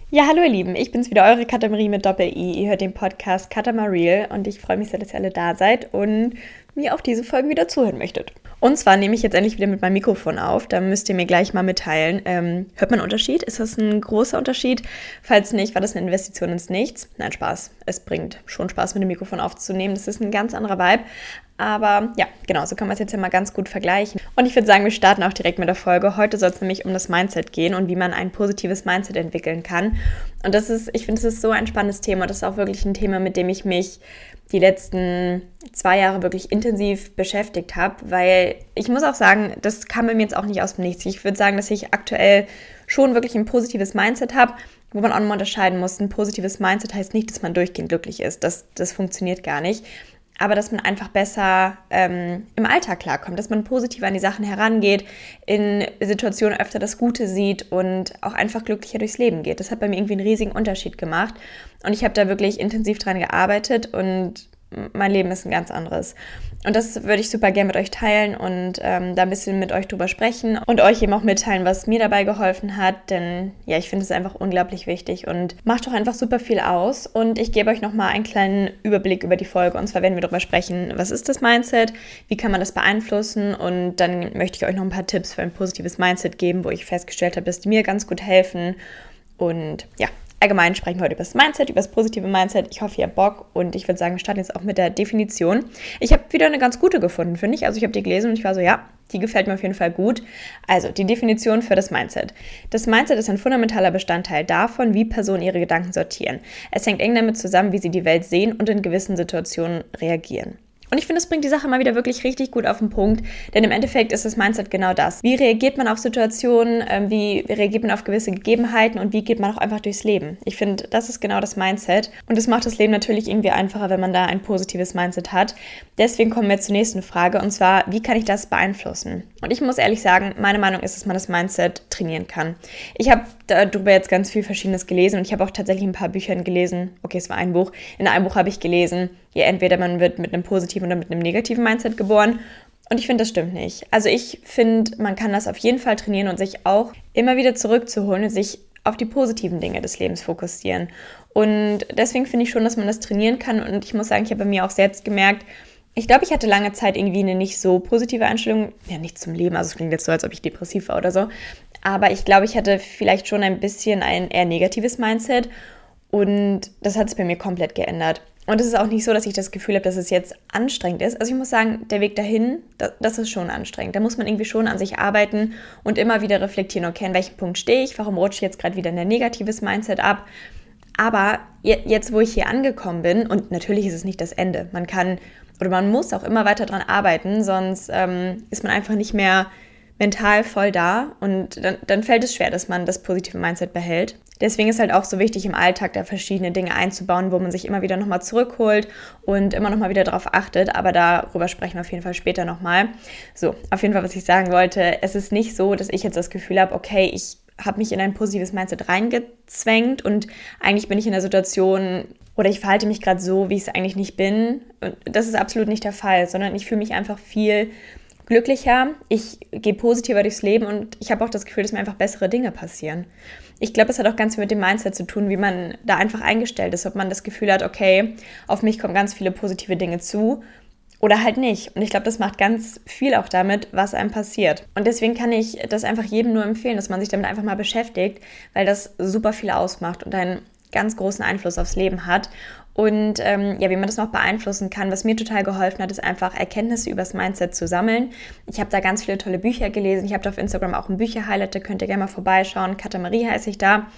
Ja, hallo ihr Lieben, ich bin's wieder, eure Katamarie mit Doppel-I. Ihr hört den Podcast Katamareal und ich freue mich sehr, dass ihr alle da seid und mir auch diese Folge wieder zuhören möchtet. Und zwar nehme ich jetzt endlich wieder mit meinem Mikrofon auf, da müsst ihr mir gleich mal mitteilen. Hört man einen Unterschied? Ist das ein großer Unterschied? Falls nicht, war das eine Investition ins Nichts? Nein, Spaß. Es bringt schon Spaß, mit dem Mikrofon aufzunehmen. Das ist ein ganz anderer Vibe. Aber ja, genau, so kann man es jetzt ja mal ganz gut vergleichen. Und ich würde sagen, wir starten auch direkt mit der Folge. Heute soll es nämlich um das Mindset gehen und wie man ein positives Mindset entwickeln kann. Und ich finde, das ist so ein spannendes Thema. Das ist auch wirklich ein Thema, mit dem ich mich die letzten 2 Jahre wirklich intensiv beschäftigt habe, weil ich muss auch sagen, das kam bei mir jetzt auch nicht aus dem Nichts. Ich würde sagen, dass ich aktuell schon wirklich ein positives Mindset habe, wo man auch nochmal unterscheiden muss. Ein positives Mindset heißt nicht, dass man durchgehend glücklich ist. Das funktioniert gar nicht. Aber dass man einfach besser im Alltag klarkommt, dass man positiv an die Sachen herangeht, in Situationen öfter das Gute sieht und auch einfach glücklicher durchs Leben geht. Das hat bei mir irgendwie einen riesigen Unterschied gemacht und ich habe da wirklich intensiv dran gearbeitet und mein Leben ist ein ganz anderes. Und das würde ich super gerne mit euch teilen und da ein bisschen mit euch drüber sprechen und euch eben auch mitteilen, was mir dabei geholfen hat, denn ja, ich finde es einfach unglaublich wichtig und macht doch einfach super viel aus. Und ich gebe euch nochmal einen kleinen Überblick über die Folge und zwar werden wir darüber sprechen, was ist das Mindset, wie kann man das beeinflussen und dann möchte ich euch noch ein paar Tipps für ein positives Mindset geben, wo ich festgestellt habe, dass die mir ganz gut helfen und ja, allgemein sprechen wir heute über das Mindset, über das positive Mindset. Ich hoffe, ihr habt Bock und ich würde sagen, wir starten jetzt auch mit der Definition. Ich habe wieder eine ganz gute gefunden, finde ich. Also ich habe die gelesen und ich war so, ja, die gefällt mir auf jeden Fall gut. Also die Definition für das Mindset. Das Mindset ist ein fundamentaler Bestandteil davon, wie Personen ihre Gedanken sortieren. Es hängt eng damit zusammen, wie sie die Welt sehen und in gewissen Situationen reagieren. Und ich finde, es bringt die Sache mal wieder wirklich richtig gut auf den Punkt, denn im Endeffekt ist das Mindset genau das. Wie reagiert man auf Situationen, wie reagiert man auf gewisse Gegebenheiten und wie geht man auch einfach durchs Leben? Ich finde, das ist genau das Mindset und es macht das Leben natürlich irgendwie einfacher, wenn man da ein positives Mindset hat. Deswegen kommen wir zur nächsten Frage und zwar, wie kann ich das beeinflussen? Und ich muss ehrlich sagen, meine Meinung ist, dass man das Mindset trainieren kann. Ich habe darüber jetzt ganz viel Verschiedenes gelesen und ich habe auch tatsächlich ein paar Büchern gelesen. Okay, es war ein Buch. In einem Buch habe ich gelesen, entweder man wird mit einem positiven oder mit einem negativen Mindset geboren. Und ich finde, das stimmt nicht. Also ich finde, man kann das auf jeden Fall trainieren und sich auch immer wieder zurückzuholen und sich auf die positiven Dinge des Lebens fokussieren. Und deswegen finde ich schon, dass man das trainieren kann. Und ich muss sagen, ich habe bei mir auch selbst gemerkt, ich glaube, ich hatte lange Zeit irgendwie eine nicht so positive Einstellung, ja nicht zum Leben, also es klingt jetzt so, als ob ich depressiv war oder so, aber ich glaube, ich hatte vielleicht schon ein bisschen ein eher negatives Mindset und das hat es bei mir komplett geändert. Und es ist auch nicht so, dass ich das Gefühl habe, dass es jetzt anstrengend ist. Also ich muss sagen, der Weg dahin, das ist schon anstrengend. Da muss man irgendwie schon an sich arbeiten und immer wieder reflektieren, okay, an welchem Punkt stehe ich, warum rutsche ich jetzt gerade wieder in ein negatives Mindset ab. Aber jetzt, wo ich hier angekommen bin, und natürlich ist es nicht das Ende, man muss auch immer weiter dran arbeiten, sonst ist man einfach nicht mehr mental voll da und dann fällt es schwer, dass man das positive Mindset behält. Deswegen ist halt auch so wichtig, im Alltag da verschiedene Dinge einzubauen, wo man sich immer wieder nochmal zurückholt und immer nochmal wieder darauf achtet, aber darüber sprechen wir auf jeden Fall später nochmal. So, auf jeden Fall, was ich sagen wollte, es ist nicht so, dass ich jetzt das Gefühl habe, okay, ich habe mich in ein positives Mindset reingezwängt und eigentlich bin ich in der Situation oder ich verhalte mich gerade so, wie ich es eigentlich nicht bin. Und das ist absolut nicht der Fall, sondern ich fühle mich einfach viel glücklicher, ich gehe positiver durchs Leben und ich habe auch das Gefühl, dass mir einfach bessere Dinge passieren. Ich glaube, es hat auch ganz viel mit dem Mindset zu tun, wie man da einfach eingestellt ist, ob man das Gefühl hat, okay, auf mich kommen ganz viele positive Dinge zu oder halt nicht. Und ich glaube, das macht ganz viel auch damit, was einem passiert. Und deswegen kann ich das einfach jedem nur empfehlen, dass man sich damit einfach mal beschäftigt, weil das super viel ausmacht und einen ganz großen Einfluss aufs Leben hat. Und wie man das noch beeinflussen kann, was mir total geholfen hat, ist einfach Erkenntnisse über das Mindset zu sammeln. Ich habe da ganz viele tolle Bücher gelesen. Ich habe da auf Instagram auch ein Bücher-Highlight, da könnt ihr gerne mal vorbeischauen. Katamarie heiße ich da.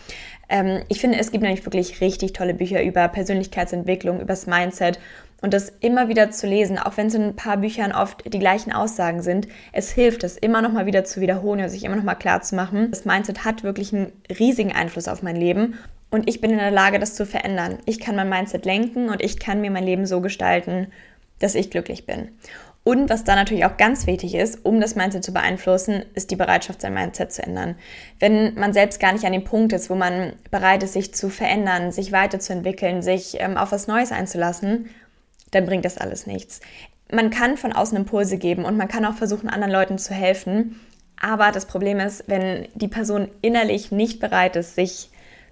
Ich finde, es gibt nämlich wirklich richtig tolle Bücher über Persönlichkeitsentwicklung, über das Mindset. Und das immer wieder zu lesen, auch wenn es in ein paar Büchern oft die gleichen Aussagen sind, es hilft, das immer noch mal wieder zu wiederholen und sich immer noch mal klar zu machen. Das Mindset hat wirklich einen riesigen Einfluss auf mein Leben. Und ich bin in der Lage, das zu verändern. Ich kann mein Mindset lenken und ich kann mir mein Leben so gestalten, dass ich glücklich bin. Und was da natürlich auch ganz wichtig ist, um das Mindset zu beeinflussen, ist die Bereitschaft, sein Mindset zu ändern. Wenn man selbst gar nicht an dem Punkt ist, wo man bereit ist, sich zu verändern, sich weiterzuentwickeln, sich auf was Neues einzulassen, dann bringt das alles nichts. Man kann von außen Impulse geben und man kann auch versuchen, anderen Leuten zu helfen. Aber das Problem ist, wenn die Person innerlich nicht bereit ist, sich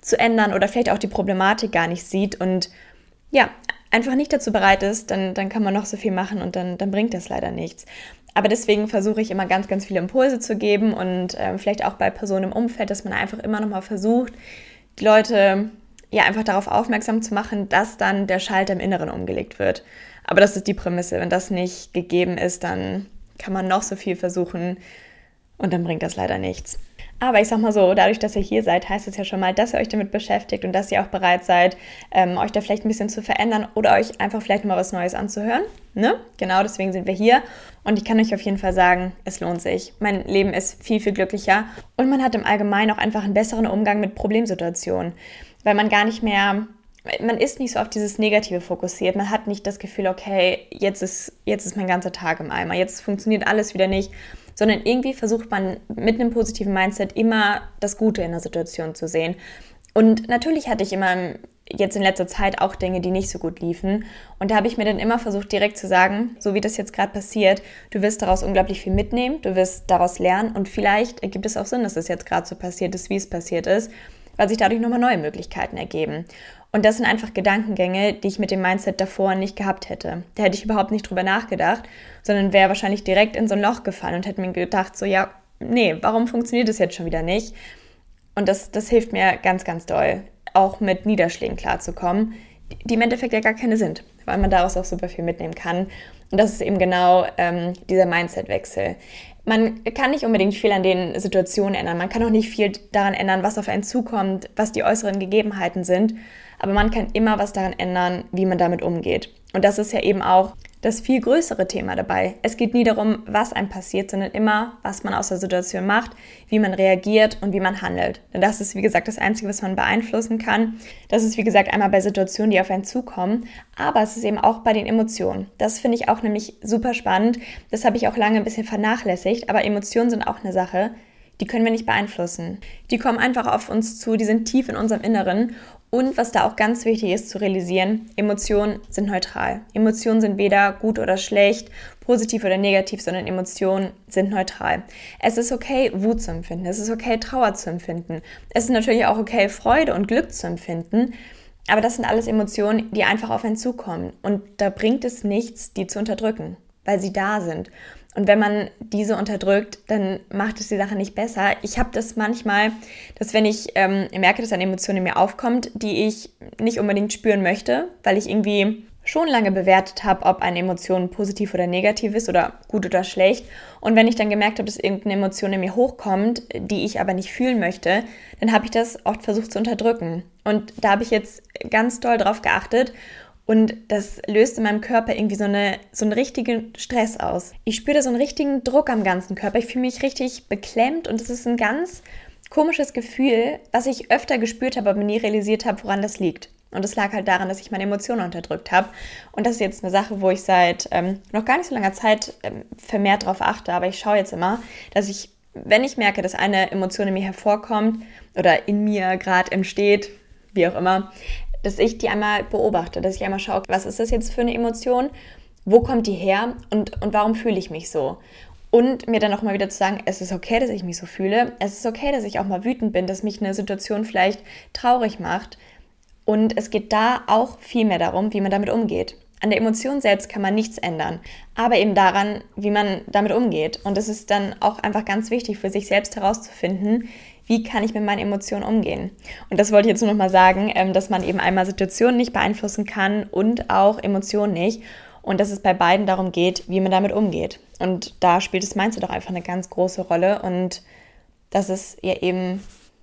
zu ändern oder vielleicht auch die Problematik gar nicht sieht und ja, einfach nicht dazu bereit ist, dann kann man noch so viel machen und dann bringt das leider nichts. Aber deswegen versuche ich immer ganz, ganz viele Impulse zu geben und vielleicht auch bei Personen im Umfeld, dass man einfach immer nochmal versucht, die Leute ja einfach darauf aufmerksam zu machen, dass dann der Schalter im Inneren umgelegt wird. Aber das ist die Prämisse. Wenn das nicht gegeben ist, dann kann man noch so viel versuchen und dann bringt das leider nichts. Aber ich sag mal so, dadurch, dass ihr hier seid, heißt es ja schon mal, dass ihr euch damit beschäftigt und dass ihr auch bereit seid, euch da vielleicht ein bisschen zu verändern oder euch einfach vielleicht mal was Neues anzuhören. Ne? Genau, deswegen sind wir hier. Und ich kann euch auf jeden Fall sagen, es lohnt sich. Mein Leben ist viel, viel glücklicher und man hat im Allgemeinen auch einfach einen besseren Umgang mit Problemsituationen, weil man gar nicht mehr... Man ist nicht so auf dieses Negative fokussiert. Man hat nicht das Gefühl, okay, jetzt ist mein ganzer Tag im Eimer, jetzt funktioniert alles wieder nicht, sondern irgendwie versucht man mit einem positiven Mindset immer das Gute in der Situation zu sehen. Und natürlich hatte ich immer jetzt in letzter Zeit auch Dinge, die nicht so gut liefen. Und da habe ich mir dann immer versucht, direkt zu sagen, so wie das jetzt gerade passiert, du wirst daraus unglaublich viel mitnehmen, du wirst daraus lernen und vielleicht ergibt es auch Sinn, dass es jetzt gerade so passiert ist, wie es passiert ist, weil sich dadurch nochmal neue Möglichkeiten ergeben. Und das sind einfach Gedankengänge, die ich mit dem Mindset davor nicht gehabt hätte. Da hätte ich überhaupt nicht drüber nachgedacht, sondern wäre wahrscheinlich direkt in so ein Loch gefallen und hätte mir gedacht, so ja, nee, warum funktioniert das jetzt schon wieder nicht? Und das hilft mir ganz, ganz doll, auch mit Niederschlägen klarzukommen, die im Endeffekt ja gar keine sind, weil man daraus auch super viel mitnehmen kann. Und das ist eben genau dieser Mindset-Wechsel. Man kann nicht unbedingt viel an den Situationen ändern. Man kann auch nicht viel daran ändern, was auf einen zukommt, was die äußeren Gegebenheiten sind. Aber man kann immer was daran ändern, wie man damit umgeht. Und das ist ja eben auch das viel größere Thema dabei. Es geht nie darum, was einem passiert, sondern immer, was man aus der Situation macht, wie man reagiert und wie man handelt. Denn das ist, wie gesagt, das Einzige, was man beeinflussen kann. Das ist, wie gesagt, einmal bei Situationen, die auf einen zukommen, aber es ist eben auch bei den Emotionen. Das finde ich auch nämlich super spannend. Das habe ich auch lange ein bisschen vernachlässigt, aber Emotionen sind auch eine Sache, die können wir nicht beeinflussen. Die kommen einfach auf uns zu, die sind tief in unserem Inneren. Und was da auch ganz wichtig ist zu realisieren, Emotionen sind neutral. Emotionen sind weder gut oder schlecht, positiv oder negativ, sondern Emotionen sind neutral. Es ist okay, Wut zu empfinden. Es ist okay, Trauer zu empfinden. Es ist natürlich auch okay, Freude und Glück zu empfinden. Aber das sind alles Emotionen, die einfach auf einen zukommen. Und da bringt es nichts, die zu unterdrücken, weil sie da sind. Und wenn man diese unterdrückt, dann macht es die Sache nicht besser. Ich habe das manchmal, dass wenn ich merke, dass eine Emotion in mir aufkommt, die ich nicht unbedingt spüren möchte, weil ich irgendwie schon lange bewertet habe, ob eine Emotion positiv oder negativ ist oder gut oder schlecht. Und wenn ich dann gemerkt habe, dass irgendeine Emotion in mir hochkommt, die ich aber nicht fühlen möchte, dann habe ich das oft versucht zu unterdrücken. Und da habe ich jetzt ganz doll drauf geachtet. Und das löst in meinem Körper irgendwie so einen richtigen Stress aus. Ich spüre da so einen richtigen Druck am ganzen Körper. Ich fühle mich richtig beklemmt und es ist ein ganz komisches Gefühl, was ich öfter gespürt habe, aber nie realisiert habe, woran das liegt. Und es lag halt daran, dass ich meine Emotionen unterdrückt habe. Und das ist jetzt eine Sache, wo ich seit noch gar nicht so langer Zeit vermehrt darauf achte. Aber ich schaue jetzt immer, dass ich, wenn ich merke, dass eine Emotion in mir hervorkommt oder in mir gerade entsteht, wie auch immer, dass ich die einmal beobachte, dass ich einmal schaue, was ist das jetzt für eine Emotion, wo kommt die her und warum fühle ich mich so? Und mir dann auch mal wieder zu sagen, es ist okay, dass ich mich so fühle, es ist okay, dass ich auch mal wütend bin, dass mich eine Situation vielleicht traurig macht und es geht da auch viel mehr darum, wie man damit umgeht. An der Emotion selbst kann man nichts ändern, aber eben daran, wie man damit umgeht. Und es ist dann auch einfach ganz wichtig für sich selbst herauszufinden, wie kann ich mit meinen Emotionen umgehen. Und das wollte ich jetzt nur noch mal sagen, dass man eben einmal Situationen nicht beeinflussen kann und auch Emotionen nicht. Und dass es bei beiden darum geht, wie man damit umgeht. Und da spielt das Mindset doch einfach eine ganz große Rolle. Und das ist ja eben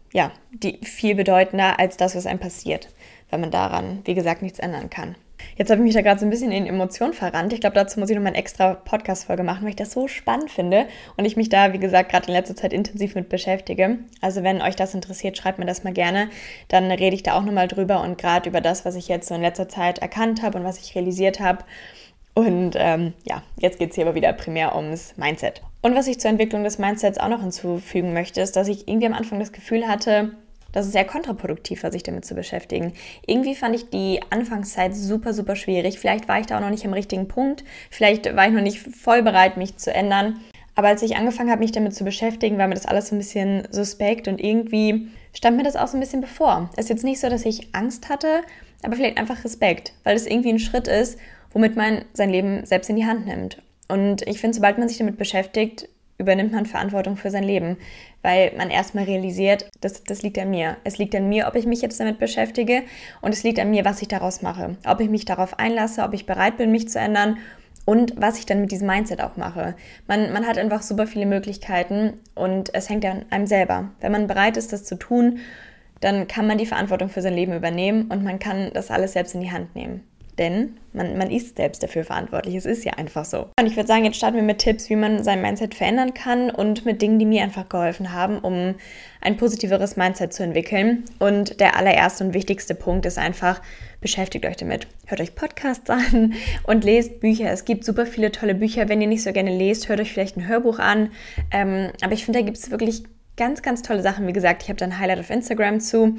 viel bedeutender als das, was einem passiert, weil man daran, wie gesagt, nichts ändern kann. Jetzt habe ich mich da gerade so ein bisschen in Emotionen verrannt. Ich glaube, dazu muss ich noch mal eine extra Podcast-Folge machen, weil ich das so spannend finde und ich mich da, wie gesagt, gerade in letzter Zeit intensiv mit beschäftige. Also wenn euch das interessiert, schreibt mir das mal gerne. Dann rede ich da auch nochmal drüber und gerade über das, was ich jetzt so in letzter Zeit erkannt habe und was ich realisiert habe. Und jetzt geht es hier aber wieder primär ums Mindset. Und was ich zur Entwicklung des Mindsets auch noch hinzufügen möchte, ist, dass ich irgendwie am Anfang das Gefühl hatte, das ist sehr kontraproduktiv war, sich damit zu beschäftigen. Irgendwie fand ich die Anfangszeit super, super schwierig. Vielleicht war ich da auch noch nicht am richtigen Punkt. Vielleicht war ich noch nicht voll bereit, mich zu ändern. Aber als ich angefangen habe, mich damit zu beschäftigen, war mir das alles so ein bisschen suspekt und irgendwie stand mir das auch so ein bisschen bevor. Es ist jetzt nicht so, dass ich Angst hatte, aber vielleicht einfach Respekt, weil es irgendwie ein Schritt ist, womit man sein Leben selbst in die Hand nimmt. Und ich finde, sobald man sich damit beschäftigt, übernimmt man Verantwortung für sein Leben, weil man erstmal realisiert, das liegt an mir. Es liegt an mir, ob ich mich jetzt damit beschäftige und es liegt an mir, was ich daraus mache. Ob ich mich darauf einlasse, ob ich bereit bin, mich zu ändern und was ich dann mit diesem Mindset auch mache. Man hat einfach super viele Möglichkeiten und es hängt ja an einem selber. Wenn man bereit ist, das zu tun, dann kann man die Verantwortung für sein Leben übernehmen und man kann das alles selbst in die Hand nehmen. Denn man ist selbst dafür verantwortlich. Es ist ja einfach so. Und ich würde sagen, jetzt starten wir mit Tipps, wie man sein Mindset verändern kann und mit Dingen, die mir einfach geholfen haben, um ein positiveres Mindset zu entwickeln. Und der allererste und wichtigste Punkt ist einfach, beschäftigt euch damit. Hört euch Podcasts an und lest Bücher. Es gibt super viele tolle Bücher. Wenn ihr nicht so gerne lest, hört euch vielleicht ein Hörbuch an. Aber ich finde, da gibt es wirklich ganz, ganz tolle Sachen. Wie gesagt, ich habe da ein Highlight auf Instagram zu.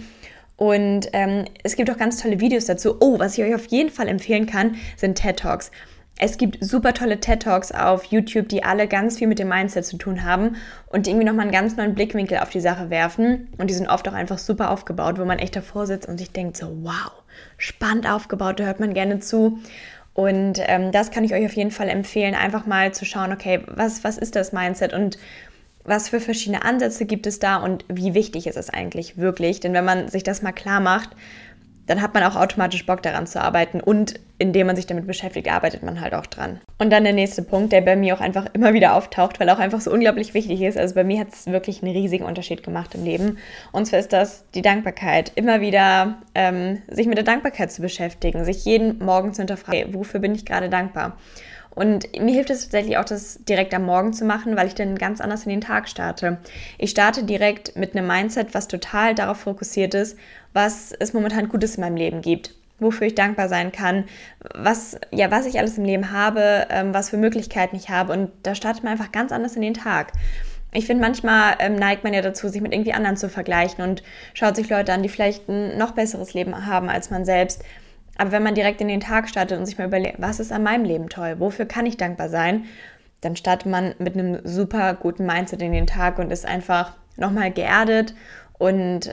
Und es gibt auch ganz tolle Videos dazu. Oh, was ich euch auf jeden Fall empfehlen kann, sind TED-Talks. Es gibt super tolle TED-Talks auf YouTube, die alle ganz viel mit dem Mindset zu tun haben und die irgendwie nochmal einen ganz neuen Blickwinkel auf die Sache werfen. Und die sind oft auch einfach super aufgebaut, wo man echt davor sitzt und sich denkt so, wow, spannend aufgebaut, da hört man gerne zu. Und das kann ich euch auf jeden Fall empfehlen, einfach mal zu schauen, okay, was ist das Mindset und was für verschiedene Ansätze gibt es da und wie wichtig ist es eigentlich wirklich? Denn wenn man sich das mal klar macht, dann hat man auch automatisch Bock daran zu arbeiten und indem man sich damit beschäftigt, arbeitet man halt auch dran. Und dann der nächste Punkt, der bei mir auch einfach immer wieder auftaucht, weil er auch einfach so unglaublich wichtig ist. Also bei mir hat es wirklich einen riesigen Unterschied gemacht im Leben. Und zwar ist das die Dankbarkeit. Immer wieder sich mit der Dankbarkeit zu beschäftigen, sich jeden Morgen zu hinterfragen, hey, wofür bin ich gerade dankbar? Und mir hilft es tatsächlich auch, das direkt am Morgen zu machen, weil ich dann ganz anders in den Tag starte. Ich starte direkt mit einem Mindset, was total darauf fokussiert ist, was es momentan Gutes in meinem Leben gibt, wofür ich dankbar sein kann, was ich alles im Leben habe, was für Möglichkeiten ich habe. Und da startet man einfach ganz anders in den Tag. Ich finde, manchmal neigt man ja dazu, sich mit irgendwie anderen zu vergleichen und schaut sich Leute an, die vielleicht ein noch besseres Leben haben als man selbst. Aber wenn man direkt in den Tag startet und sich mal überlegt, was ist an meinem Leben toll, wofür kann ich dankbar sein, dann startet man mit einem super guten Mindset in den Tag und ist einfach nochmal geerdet und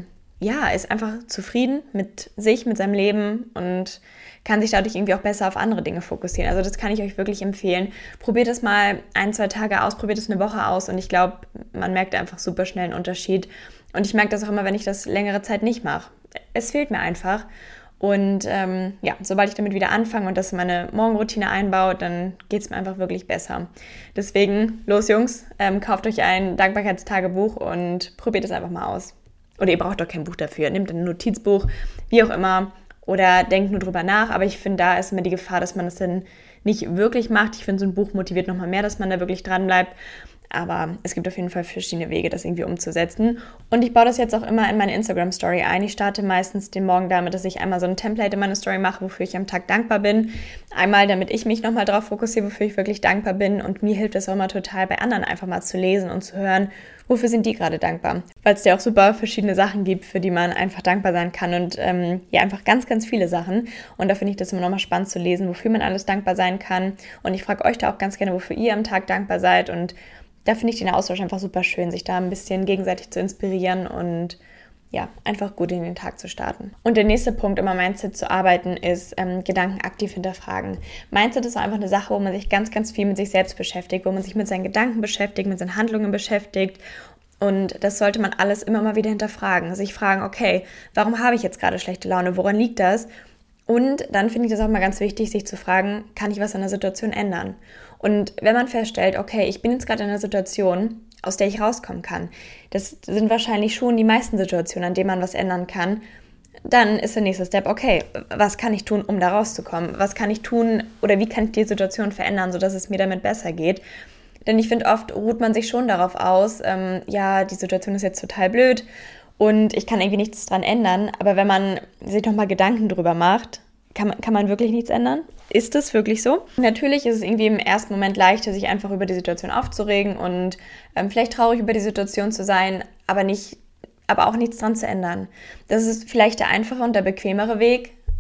ist einfach zufrieden mit sich, mit seinem Leben und kann sich dadurch irgendwie auch besser auf andere Dinge fokussieren. Also das kann ich euch wirklich empfehlen. Probiert es mal 1-2 Tage aus, probiert es eine Woche aus und ich glaube, man merkt einfach super schnell einen Unterschied. Und ich merke das auch immer, wenn ich das längere Zeit nicht mache. Es fehlt mir einfach. Und sobald ich damit wieder anfange und das in meine Morgenroutine einbaue, dann geht es mir einfach wirklich besser. Deswegen, los Jungs, kauft euch ein Dankbarkeitstagebuch und probiert es einfach mal aus. Oder ihr braucht doch kein Buch dafür, nehmt ein Notizbuch, wie auch immer, oder denkt nur drüber nach. Aber ich finde, da ist immer die Gefahr, dass man das dann nicht wirklich macht. Ich finde, so ein Buch motiviert nochmal mehr, dass man da wirklich dran bleibt. Aber es gibt auf jeden Fall verschiedene Wege, das irgendwie umzusetzen. Und ich baue das jetzt auch immer in meine Instagram-Story ein. Ich starte meistens den Morgen damit, dass ich einmal so ein Template in meine Story mache, wofür ich am Tag dankbar bin. Einmal, damit ich mich nochmal darauf fokussiere, wofür ich wirklich dankbar bin. Und mir hilft es auch immer total, bei anderen einfach mal zu lesen und zu hören, wofür sind die gerade dankbar. Weil es ja auch super verschiedene Sachen gibt, für die man einfach dankbar sein kann. Und einfach ganz, ganz viele Sachen. Und da finde ich das immer nochmal spannend zu lesen, wofür man alles dankbar sein kann. Und ich frage euch da auch ganz gerne, wofür ihr am Tag dankbar seid. Und da finde ich den Austausch einfach super schön, sich da ein bisschen gegenseitig zu inspirieren und einfach gut in den Tag zu starten. Und der nächste Punkt, um am Mindset zu arbeiten, ist Gedanken aktiv hinterfragen. Mindset ist einfach eine Sache, wo man sich ganz, ganz viel mit sich selbst beschäftigt, wo man sich mit seinen Gedanken beschäftigt, mit seinen Handlungen beschäftigt. Und das sollte man alles immer mal wieder hinterfragen. Sich fragen, okay, warum habe ich jetzt gerade schlechte Laune? Woran liegt das? Und dann finde ich das auch mal ganz wichtig, sich zu fragen, kann ich was an der Situation ändern? Und wenn man feststellt, okay, ich bin jetzt gerade in einer Situation, aus der ich rauskommen kann, das sind wahrscheinlich schon die meisten Situationen, an denen man was ändern kann, dann ist der nächste Step, okay, was kann ich tun, um da rauszukommen? Was kann ich tun oder wie kann ich die Situation verändern, sodass es mir damit besser geht? Denn ich finde, oft ruht man sich schon darauf aus, die Situation ist jetzt total blöd und ich kann irgendwie nichts dran ändern, aber wenn man sich nochmal Gedanken drüber macht, kann man wirklich nichts ändern? Ist das wirklich so? Natürlich ist es irgendwie im ersten Moment leichter, sich einfach über die Situation aufzuregen und vielleicht traurig über die Situation zu sein, aber auch nichts dran zu ändern. Das ist vielleicht der einfache und der bequemere Weg,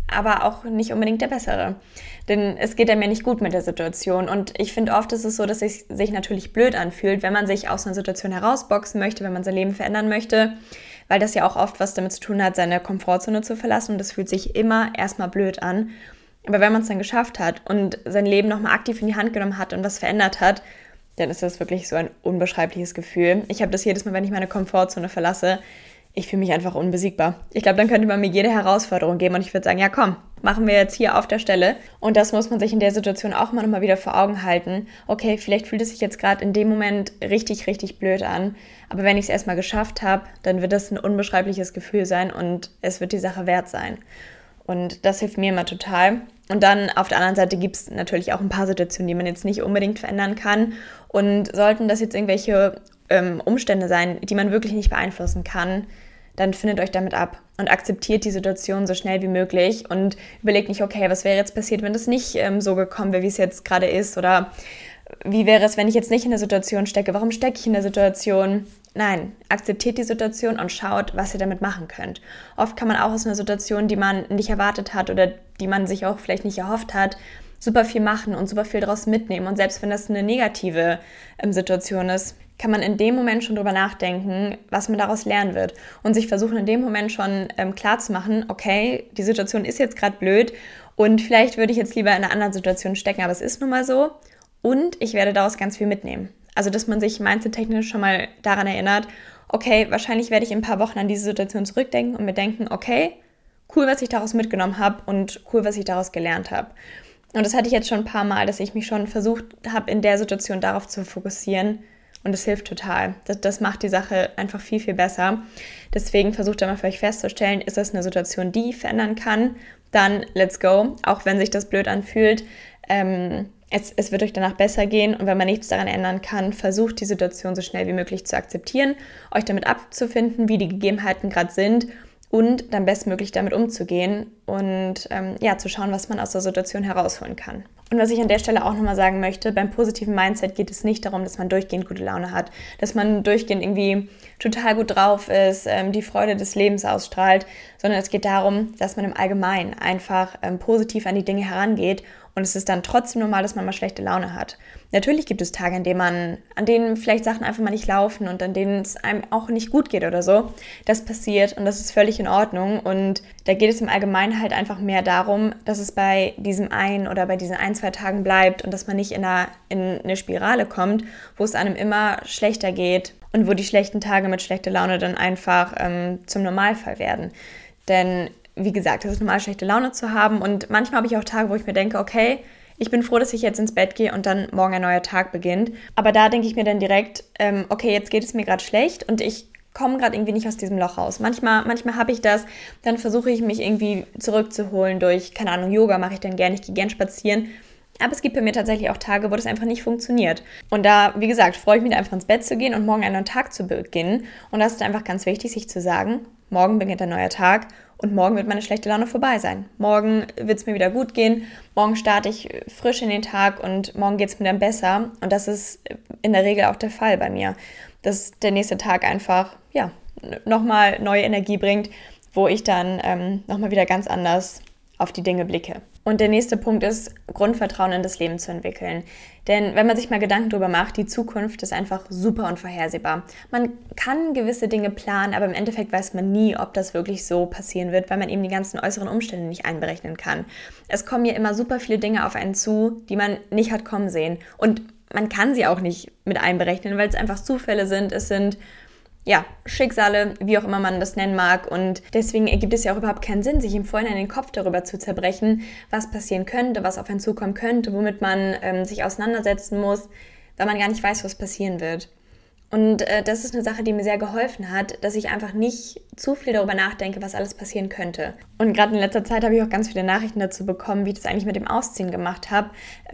aber auch nicht unbedingt der bessere. Denn es geht einem ja nicht gut mit der Situation. Und ich finde, oft ist es so, dass es sich natürlich blöd anfühlt, wenn man sich aus einer Situation herausboxen möchte, wenn man sein Leben verändern möchte, weil das ja auch oft was damit zu tun hat, seine Komfortzone zu verlassen. Und das fühlt sich immer erstmal blöd an. Aber wenn man es dann geschafft hat und sein Leben nochmal aktiv in die Hand genommen hat und was verändert hat, dann ist das wirklich so ein unbeschreibliches Gefühl. Ich habe das jedes Mal, wenn ich meine Komfortzone verlasse. Ich fühle mich einfach unbesiegbar. Ich glaube, dann könnte man mir jede Herausforderung geben und ich würde sagen, ja komm, machen wir jetzt hier auf der Stelle. Und das muss man sich in der Situation auch mal nochmal wieder vor Augen halten. Okay, vielleicht fühlt es sich jetzt gerade in dem Moment richtig, richtig blöd an. Aber wenn ich es erstmal geschafft habe, dann wird das ein unbeschreibliches Gefühl sein und es wird die Sache wert sein. Und das hilft mir immer total. Und dann auf der anderen Seite gibt es natürlich auch ein paar Situationen, die man jetzt nicht unbedingt verändern kann. Und sollten das jetzt irgendwelche Umstände sein, die man wirklich nicht beeinflussen kann, dann findet euch damit ab und akzeptiert die Situation so schnell wie möglich und überlegt nicht, okay, was wäre jetzt passiert, wenn das nicht so gekommen wäre, wie es jetzt gerade ist, oder wie wäre es, wenn ich jetzt nicht in der Situation stecke, warum stecke ich in der Situation? Nein, akzeptiert die Situation und schaut, was ihr damit machen könnt. Oft kann man auch aus einer Situation, die man nicht erwartet hat oder die man sich auch vielleicht nicht erhofft hat, super viel machen und super viel daraus mitnehmen. Und selbst wenn das eine negative Situation ist, kann man in dem Moment schon drüber nachdenken, was man daraus lernen wird. Und sich versuchen in dem Moment schon klarzumachen, okay, die Situation ist jetzt gerade blöd und vielleicht würde ich jetzt lieber in einer anderen Situation stecken, aber es ist nun mal so und ich werde daraus ganz viel mitnehmen. Also, dass man sich mindset-technisch schon mal daran erinnert, okay, wahrscheinlich werde ich in ein paar Wochen an diese Situation zurückdenken und mir denken, okay, cool, was ich daraus mitgenommen habe und cool, was ich daraus gelernt habe. Und das hatte ich jetzt schon ein paar Mal, dass ich mich schon versucht habe, in der Situation darauf zu fokussieren. Und das hilft total. Das macht die Sache einfach viel, viel besser. Deswegen versucht einmal für euch festzustellen, ist das eine Situation, die ich verändern kann? Dann let's go, auch wenn sich das blöd anfühlt. Es wird euch danach besser gehen und wenn man nichts daran ändern kann, versucht die Situation so schnell wie möglich zu akzeptieren, euch damit abzufinden, wie die Gegebenheiten gerade sind und dann bestmöglich damit umzugehen und zu schauen, was man aus der Situation herausholen kann. Und was ich an der Stelle auch nochmal sagen möchte, beim positiven Mindset geht es nicht darum, dass man durchgehend gute Laune hat, dass man durchgehend irgendwie total gut drauf ist, die Freude des Lebens ausstrahlt, sondern es geht darum, dass man im Allgemeinen einfach positiv an die Dinge herangeht und es ist dann trotzdem normal, dass man mal schlechte Laune hat. Natürlich gibt es Tage, an denen vielleicht Sachen einfach mal nicht laufen und an denen es einem auch nicht gut geht oder so. Das passiert und das ist völlig in Ordnung und da geht es im Allgemeinen halt einfach mehr darum, dass es bei diesem einen oder bei diesen 1-2 Tagen bleibt und dass man nicht in eine Spirale kommt, wo es einem immer schlechter geht und wo die schlechten Tage mit schlechter Laune dann einfach zum Normalfall werden. Denn wie gesagt, es ist normal, schlechte Laune zu haben und manchmal habe ich auch Tage, wo ich mir denke, okay, ich bin froh, dass ich jetzt ins Bett gehe und dann morgen ein neuer Tag beginnt. Aber da denke ich mir dann direkt, okay, jetzt geht es mir gerade schlecht und ich komme gerade irgendwie nicht aus diesem Loch raus. Manchmal habe ich das, dann versuche ich mich irgendwie zurückzuholen durch, keine Ahnung, Yoga mache ich dann gerne, ich gehe gerne spazieren. Aber es gibt bei mir tatsächlich auch Tage, wo das einfach nicht funktioniert. Und da, wie gesagt, freue ich mich einfach ins Bett zu gehen und morgen einen neuen Tag zu beginnen. Und das ist einfach ganz wichtig, sich zu sagen, morgen beginnt ein neuer Tag und morgen wird meine schlechte Laune vorbei sein. Morgen wird es mir wieder gut gehen, morgen starte ich frisch in den Tag und morgen geht es mir dann besser. Und das ist in der Regel auch der Fall bei mir, dass der nächste Tag einfach, nochmal neue Energie bringt, wo ich dann nochmal wieder ganz anders auf die Dinge blicke. Und der nächste Punkt ist, Grundvertrauen in das Leben zu entwickeln. Denn wenn man sich mal Gedanken darüber macht, die Zukunft ist einfach super unvorhersehbar. Man kann gewisse Dinge planen, aber im Endeffekt weiß man nie, ob das wirklich so passieren wird, weil man eben die ganzen äußeren Umstände nicht einberechnen kann. Es kommen ja immer super viele Dinge auf einen zu, die man nicht hat kommen sehen. Und man kann sie auch nicht mit einberechnen, weil es einfach Zufälle sind. Es sind Schicksale, wie auch immer man das nennen mag. Und deswegen ergibt es ja auch überhaupt keinen Sinn, sich im Vorhinein den Kopf darüber zu zerbrechen, was passieren könnte, was auf einen zukommen könnte, womit man sich auseinandersetzen muss, weil man gar nicht weiß, was passieren wird. Und das ist eine Sache, die mir sehr geholfen hat, dass ich einfach nicht zu viel darüber nachdenke, was alles passieren könnte. Und gerade in letzter Zeit habe ich auch ganz viele Nachrichten dazu bekommen, wie ich das eigentlich mit dem Ausziehen gemacht habe,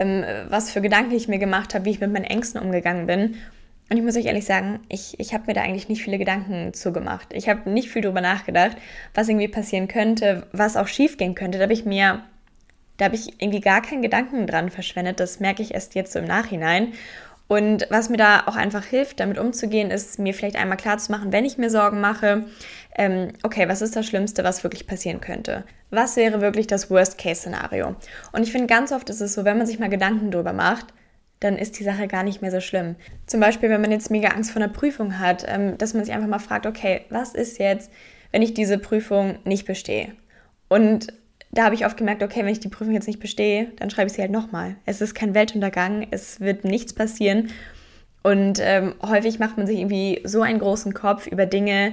was für Gedanken ich mir gemacht habe, wie ich mit meinen Ängsten umgegangen bin. Und ich muss euch ehrlich sagen, ich habe mir da eigentlich nicht viele Gedanken zugemacht. Ich habe nicht viel drüber nachgedacht, was irgendwie passieren könnte, was auch schief gehen könnte. Da habe ich irgendwie gar keinen Gedanken dran verschwendet. Das merke ich erst jetzt so im Nachhinein. Und was mir da auch einfach hilft, damit umzugehen, ist mir vielleicht einmal klar zu machen, wenn ich mir Sorgen mache, okay, was ist das Schlimmste, was wirklich passieren könnte? Was wäre wirklich das Worst-Case-Szenario? Und ich finde, ganz oft ist es so, wenn man sich mal Gedanken drüber macht, dann ist die Sache gar nicht mehr so schlimm. Zum Beispiel, wenn man jetzt mega Angst vor einer Prüfung hat, dass man sich einfach mal fragt, okay, was ist jetzt, wenn ich diese Prüfung nicht bestehe? Und da habe ich oft gemerkt, okay, wenn ich die Prüfung jetzt nicht bestehe, dann schreibe ich sie halt nochmal. Es ist kein Weltuntergang, es wird nichts passieren. Und häufig macht man sich irgendwie so einen großen Kopf über Dinge,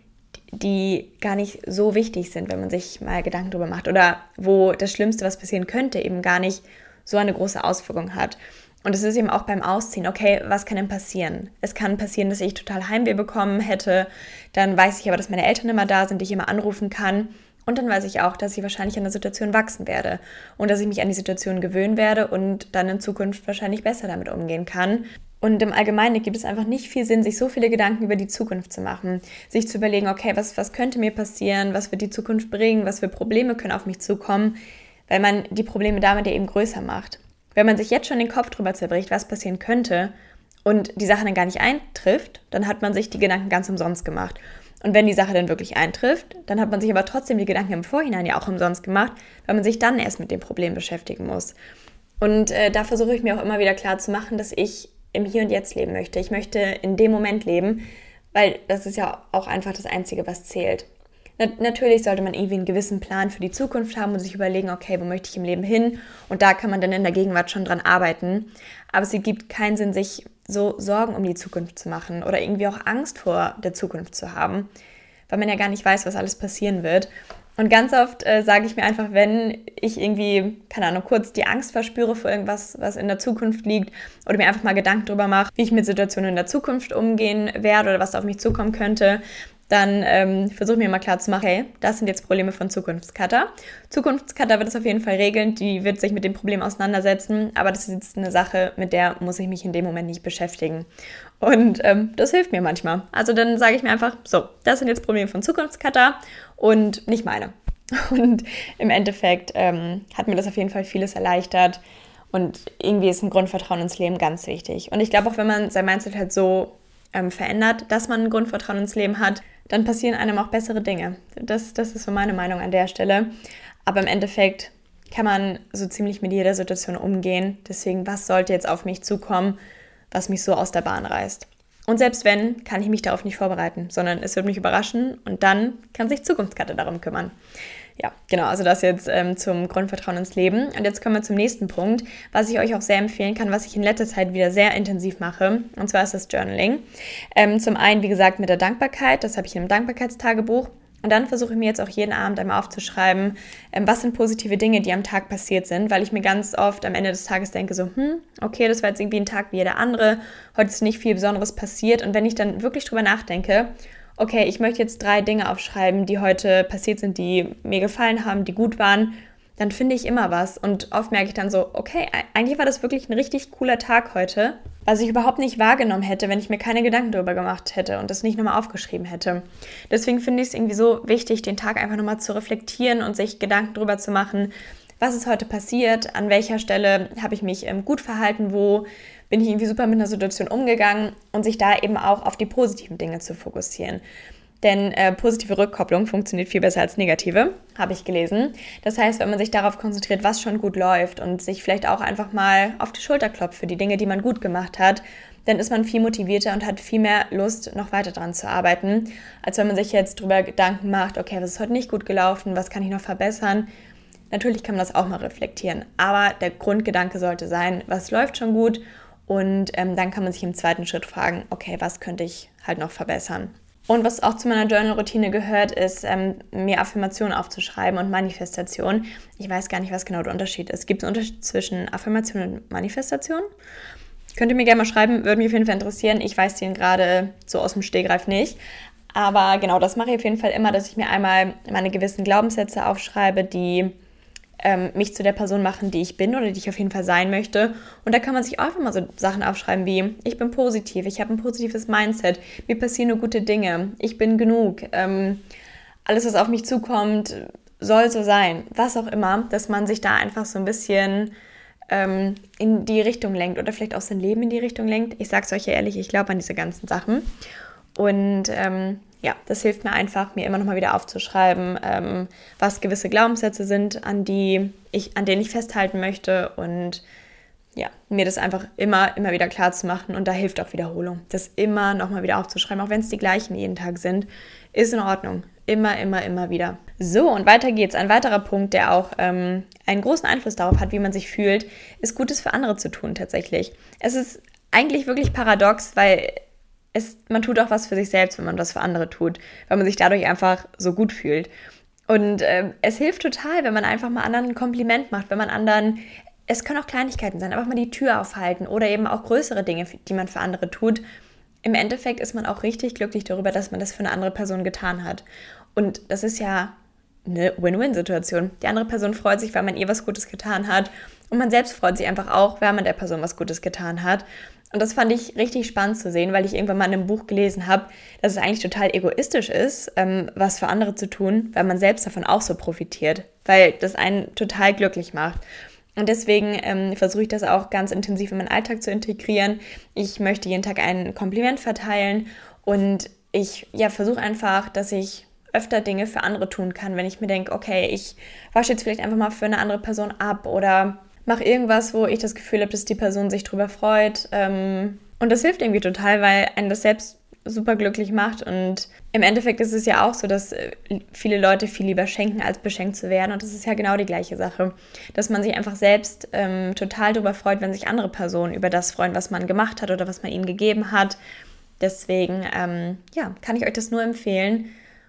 die gar nicht so wichtig sind, wenn man sich mal Gedanken drüber macht. Oder wo das Schlimmste, was passieren könnte, eben gar nicht so eine große Auswirkung hat. Und es ist eben auch beim Ausziehen, okay, was kann denn passieren? Es kann passieren, dass ich total Heimweh bekommen hätte. Dann weiß ich aber, dass meine Eltern immer da sind, die ich immer anrufen kann. Und dann weiß ich auch, dass ich wahrscheinlich an der Situation wachsen werde und dass ich mich an die Situation gewöhnen werde und dann in Zukunft wahrscheinlich besser damit umgehen kann. Und im Allgemeinen gibt es einfach nicht viel Sinn, sich so viele Gedanken über die Zukunft zu machen, sich zu überlegen, okay, was könnte mir passieren, was wird die Zukunft bringen, was für Probleme können auf mich zukommen, weil man die Probleme damit ja eben größer macht. Wenn man sich jetzt schon den Kopf drüber zerbricht, was passieren könnte und die Sache dann gar nicht eintrifft, dann hat man sich die Gedanken ganz umsonst gemacht. Und wenn die Sache dann wirklich eintrifft, dann hat man sich aber trotzdem die Gedanken im Vorhinein ja auch umsonst gemacht, weil man sich dann erst mit dem Problem beschäftigen muss. Und da versuche ich mir auch immer wieder klar zu machen, dass ich im Hier und Jetzt leben möchte. Ich möchte in dem Moment leben, weil das ist ja auch einfach das Einzige, was zählt. Natürlich sollte man irgendwie einen gewissen Plan für die Zukunft haben und sich überlegen, okay, wo möchte ich im Leben hin? Und da kann man dann in der Gegenwart schon dran arbeiten. Aber es ergibt keinen Sinn, sich so Sorgen um die Zukunft zu machen oder irgendwie auch Angst vor der Zukunft zu haben, weil man ja gar nicht weiß, was alles passieren wird. Und ganz oft sage ich mir einfach, wenn ich irgendwie, keine Ahnung, kurz die Angst verspüre vor irgendwas, was in der Zukunft liegt oder mir einfach mal Gedanken darüber mache, wie ich mit Situationen in der Zukunft umgehen werde oder was da auf mich zukommen könnte, dann versuche ich mir mal klar zu machen, hey, das sind jetzt Probleme von Zukunftskata. Zukunftskata wird es auf jeden Fall regeln, die wird sich mit dem Problem auseinandersetzen, aber das ist jetzt eine Sache, mit der muss ich mich in dem Moment nicht beschäftigen. Und das hilft mir manchmal. Also dann sage ich mir einfach, so, das sind jetzt Probleme von Zukunftskata und nicht meine. Und im Endeffekt hat mir das auf jeden Fall vieles erleichtert und irgendwie ist ein Grundvertrauen ins Leben ganz wichtig. Und ich glaube auch, wenn man sein Mindset halt so verändert, dass man ein Grundvertrauen ins Leben hat, dann passieren einem auch bessere Dinge. Das ist so meine Meinung an der Stelle. Aber im Endeffekt kann man so ziemlich mit jeder Situation umgehen. Deswegen, was sollte jetzt auf mich zukommen, was mich so aus der Bahn reißt? Und selbst wenn, kann ich mich darauf nicht vorbereiten, sondern es wird mich überraschen und dann kann sich Zukunftskarte darum kümmern. Ja, genau, also das jetzt zum Grundvertrauen ins Leben. Und jetzt kommen wir zum nächsten Punkt, was ich euch auch sehr empfehlen kann, was ich in letzter Zeit wieder sehr intensiv mache. Und zwar ist das Journaling. Zum einen, wie gesagt, mit der Dankbarkeit. Das habe ich in einem Dankbarkeitstagebuch. Und dann versuche ich mir jetzt auch jeden Abend einmal aufzuschreiben, was sind positive Dinge, die am Tag passiert sind, weil ich mir ganz oft am Ende des Tages denke so, okay, das war jetzt irgendwie ein Tag wie jeder andere, heute ist nicht viel Besonderes passiert. Und wenn ich dann wirklich drüber nachdenke, okay, ich möchte jetzt 3 Dinge aufschreiben, die heute passiert sind, die mir gefallen haben, die gut waren, dann finde ich immer was. Und oft merke ich dann so, okay, eigentlich war das wirklich ein richtig cooler Tag heute, was ich überhaupt nicht wahrgenommen hätte, wenn ich mir keine Gedanken darüber gemacht hätte und das nicht nochmal aufgeschrieben hätte. Deswegen finde ich es irgendwie so wichtig, den Tag einfach nochmal zu reflektieren und sich Gedanken darüber zu machen, was ist heute passiert, an welcher Stelle habe ich mich gut verhalten, wo bin ich irgendwie super mit einer Situation umgegangen und sich da eben auch auf die positiven Dinge zu fokussieren. Denn positive Rückkopplung funktioniert viel besser als negative, habe ich gelesen. Das heißt, wenn man sich darauf konzentriert, was schon gut läuft und sich vielleicht auch einfach mal auf die Schulter klopft für die Dinge, die man gut gemacht hat, dann ist man viel motivierter und hat viel mehr Lust, noch weiter dran zu arbeiten, als wenn man sich jetzt darüber Gedanken macht, okay, was ist heute nicht gut gelaufen, was kann ich noch verbessern. Natürlich kann man das auch mal reflektieren, aber der Grundgedanke sollte sein, was läuft schon gut und dann kann man sich im zweiten Schritt fragen, okay, was könnte ich halt noch verbessern. Und was auch zu meiner Journal-Routine gehört, ist, mir Affirmationen aufzuschreiben und Manifestation. Ich weiß gar nicht, was genau der Unterschied ist. Gibt es einen Unterschied zwischen Affirmation und Manifestation? Könnt ihr mir gerne mal schreiben, würde mich auf jeden Fall interessieren. Ich weiß den gerade so aus dem Stegreif nicht. Aber genau, das mache ich auf jeden Fall immer, dass ich mir einmal meine gewissen Glaubenssätze aufschreibe, die mich zu der Person machen, die ich bin oder die ich auf jeden Fall sein möchte. Und da kann man sich auch immer so Sachen aufschreiben wie, ich bin positiv, ich habe ein positives Mindset, mir passieren nur gute Dinge, ich bin genug, alles, was auf mich zukommt, soll so sein, was auch immer, dass man sich da einfach so ein bisschen in die Richtung lenkt oder vielleicht auch sein Leben in die Richtung lenkt. Ich sage es euch ja ehrlich, ich glaube an diese ganzen Sachen. Und das hilft mir einfach, mir immer noch mal wieder aufzuschreiben, was gewisse Glaubenssätze sind, an denen ich festhalten möchte und ja, mir das einfach immer wieder klar zu machen und da hilft auch Wiederholung. Das immer noch mal wieder aufzuschreiben, auch wenn es die gleichen jeden Tag sind, ist in Ordnung. Immer wieder. So, und weiter geht's. Ein weiterer Punkt, der auch einen großen Einfluss darauf hat, wie man sich fühlt, ist Gutes für andere zu tun tatsächlich. Es ist eigentlich wirklich paradox, weil man tut auch was für sich selbst, wenn man was für andere tut, weil man sich dadurch einfach so gut fühlt. Und es hilft total, wenn man einfach mal anderen ein Kompliment macht, wenn man anderen, es können auch Kleinigkeiten sein, einfach mal die Tür aufhalten oder eben auch größere Dinge, die man für andere tut. Im Endeffekt ist man auch richtig glücklich darüber, dass man das für eine andere Person getan hat. Und das ist ja eine Win-Win-Situation. Die andere Person freut sich, weil man ihr was Gutes getan hat. Und man selbst freut sich einfach auch, weil man der Person was Gutes getan hat. Und das fand ich richtig spannend zu sehen, weil ich irgendwann mal in einem Buch gelesen habe, dass es eigentlich total egoistisch ist, was für andere zu tun, weil man selbst davon auch so profitiert, weil das einen total glücklich macht. Und deswegen versuche ich das auch ganz intensiv in meinen Alltag zu integrieren. Ich möchte jeden Tag ein Kompliment verteilen und ich versuche einfach, dass ich öfter Dinge für andere tun kann, wenn ich mir denke, okay, ich wasche jetzt vielleicht einfach mal für eine andere Person ab oder mache irgendwas, wo ich das Gefühl habe, dass die Person sich drüber freut. Und das hilft irgendwie total, weil einen das selbst super glücklich macht. Und im Endeffekt ist es ja auch so, dass viele Leute viel lieber schenken, als beschenkt zu werden. Und das ist ja genau die gleiche Sache. Dass man sich einfach selbst total darüber freut, wenn sich andere Personen über das freuen, was man gemacht hat oder was man ihnen gegeben hat. Deswegen kann ich euch das nur empfehlen.